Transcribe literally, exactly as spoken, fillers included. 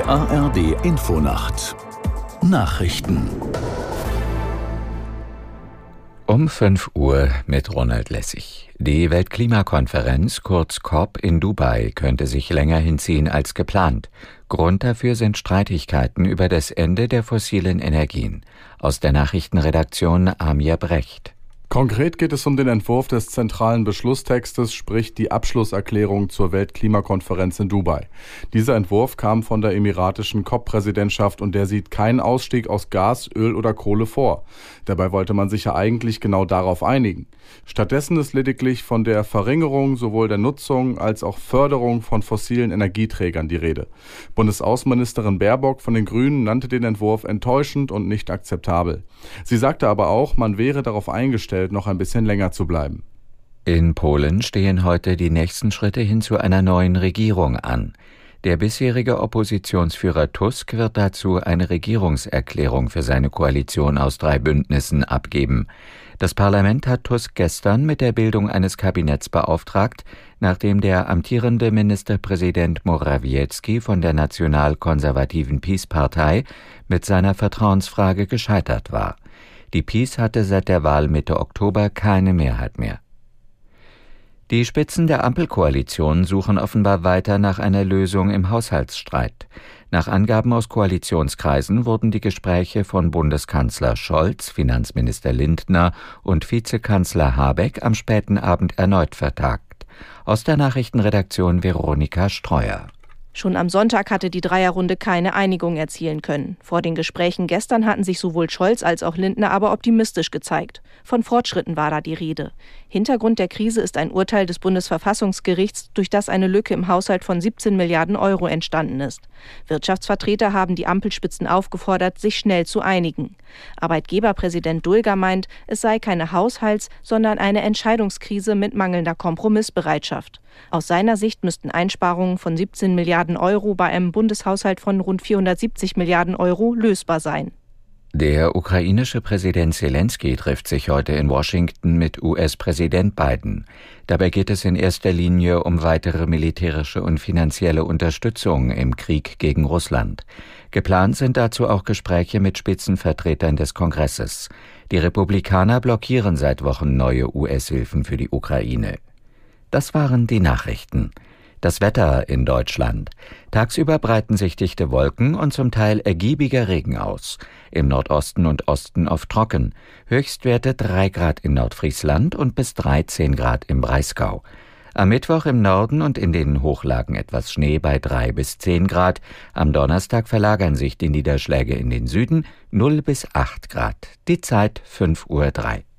A R D Infonacht Nachrichten um fünf Uhr mit Ronald Lessig. Die Weltklimakonferenz, kurz C O P in Dubai, könnte sich länger hinziehen als geplant. Grund dafür sind Streitigkeiten über das Ende der fossilen Energien. Aus der Nachrichtenredaktion Amir Brecht. Konkret geht es um den Entwurf des zentralen Beschlusstextes, sprich die Abschlusserklärung zur Weltklimakonferenz in Dubai. Dieser Entwurf kam von der emiratischen C O P-Präsidentschaft und der sieht keinen Ausstieg aus Gas, Öl oder Kohle vor. Dabei wollte man sich ja eigentlich genau darauf einigen. Stattdessen ist lediglich von der Verringerung sowohl der Nutzung als auch Förderung von fossilen Energieträgern die Rede. Bundesaußenministerin Baerbock von den Grünen nannte den Entwurf enttäuschend und nicht akzeptabel. Sie sagte aber auch, man wäre darauf eingestellt, noch ein bisschen länger zu bleiben. In Polen stehen heute die nächsten Schritte hin zu einer neuen Regierung an. Der bisherige Oppositionsführer Tusk wird dazu eine Regierungserklärung für seine Koalition aus drei Bündnissen abgeben. Das Parlament hat Tusk gestern mit der Bildung eines Kabinetts beauftragt, nachdem der amtierende Ministerpräsident Morawiecki von der national-konservativen PiS-Partei mit seiner Vertrauensfrage gescheitert war. Die PiS hatte seit der Wahl Mitte Oktober keine Mehrheit mehr. Die Spitzen der Ampelkoalition suchen offenbar weiter nach einer Lösung im Haushaltsstreit. Nach Angaben aus Koalitionskreisen wurden die Gespräche von Bundeskanzler Scholz, Finanzminister Lindner und Vizekanzler Habeck am späten Abend erneut vertagt. Aus der Nachrichtenredaktion Veronika Streuer. Schon am Sonntag hatte die Dreierrunde keine Einigung erzielen können. Vor den Gesprächen gestern hatten sich sowohl Scholz als auch Lindner aber optimistisch gezeigt. Von Fortschritten war da die Rede. Hintergrund der Krise ist ein Urteil des Bundesverfassungsgerichts, durch das eine Lücke im Haushalt von siebzehn Milliarden Euro entstanden ist. Wirtschaftsvertreter haben die Ampelspitzen aufgefordert, sich schnell zu einigen. Arbeitgeberpräsident Dulger meint, es sei keine Haushalts-, sondern eine Entscheidungskrise mit mangelnder Kompromissbereitschaft. Aus seiner Sicht müssten Einsparungen von siebzehn Milliarden Euro bei einem Bundeshaushalt von rund vierhundertsiebzig Milliarden Euro lösbar sein. Der ukrainische Präsident Zelensky trifft sich heute in Washington mit U S-Präsident Biden. Dabei geht es in erster Linie um weitere militärische und finanzielle Unterstützung im Krieg gegen Russland. Geplant sind dazu auch Gespräche mit Spitzenvertretern des Kongresses. Die Republikaner blockieren seit Wochen neue U S-Hilfen für die Ukraine. Das waren die Nachrichten. Das Wetter in Deutschland. Tagsüber breiten sich dichte Wolken und zum Teil ergiebiger Regen aus. Im Nordosten und Osten oft trocken. Höchstwerte drei Grad in Nordfriesland und bis dreizehn Grad im Breisgau. Am Mittwoch im Norden und in den Hochlagen etwas Schnee bei drei bis zehn Grad. Am Donnerstag verlagern sich die Niederschläge in den Süden null bis acht Grad. Die Zeit fünf Uhr drei.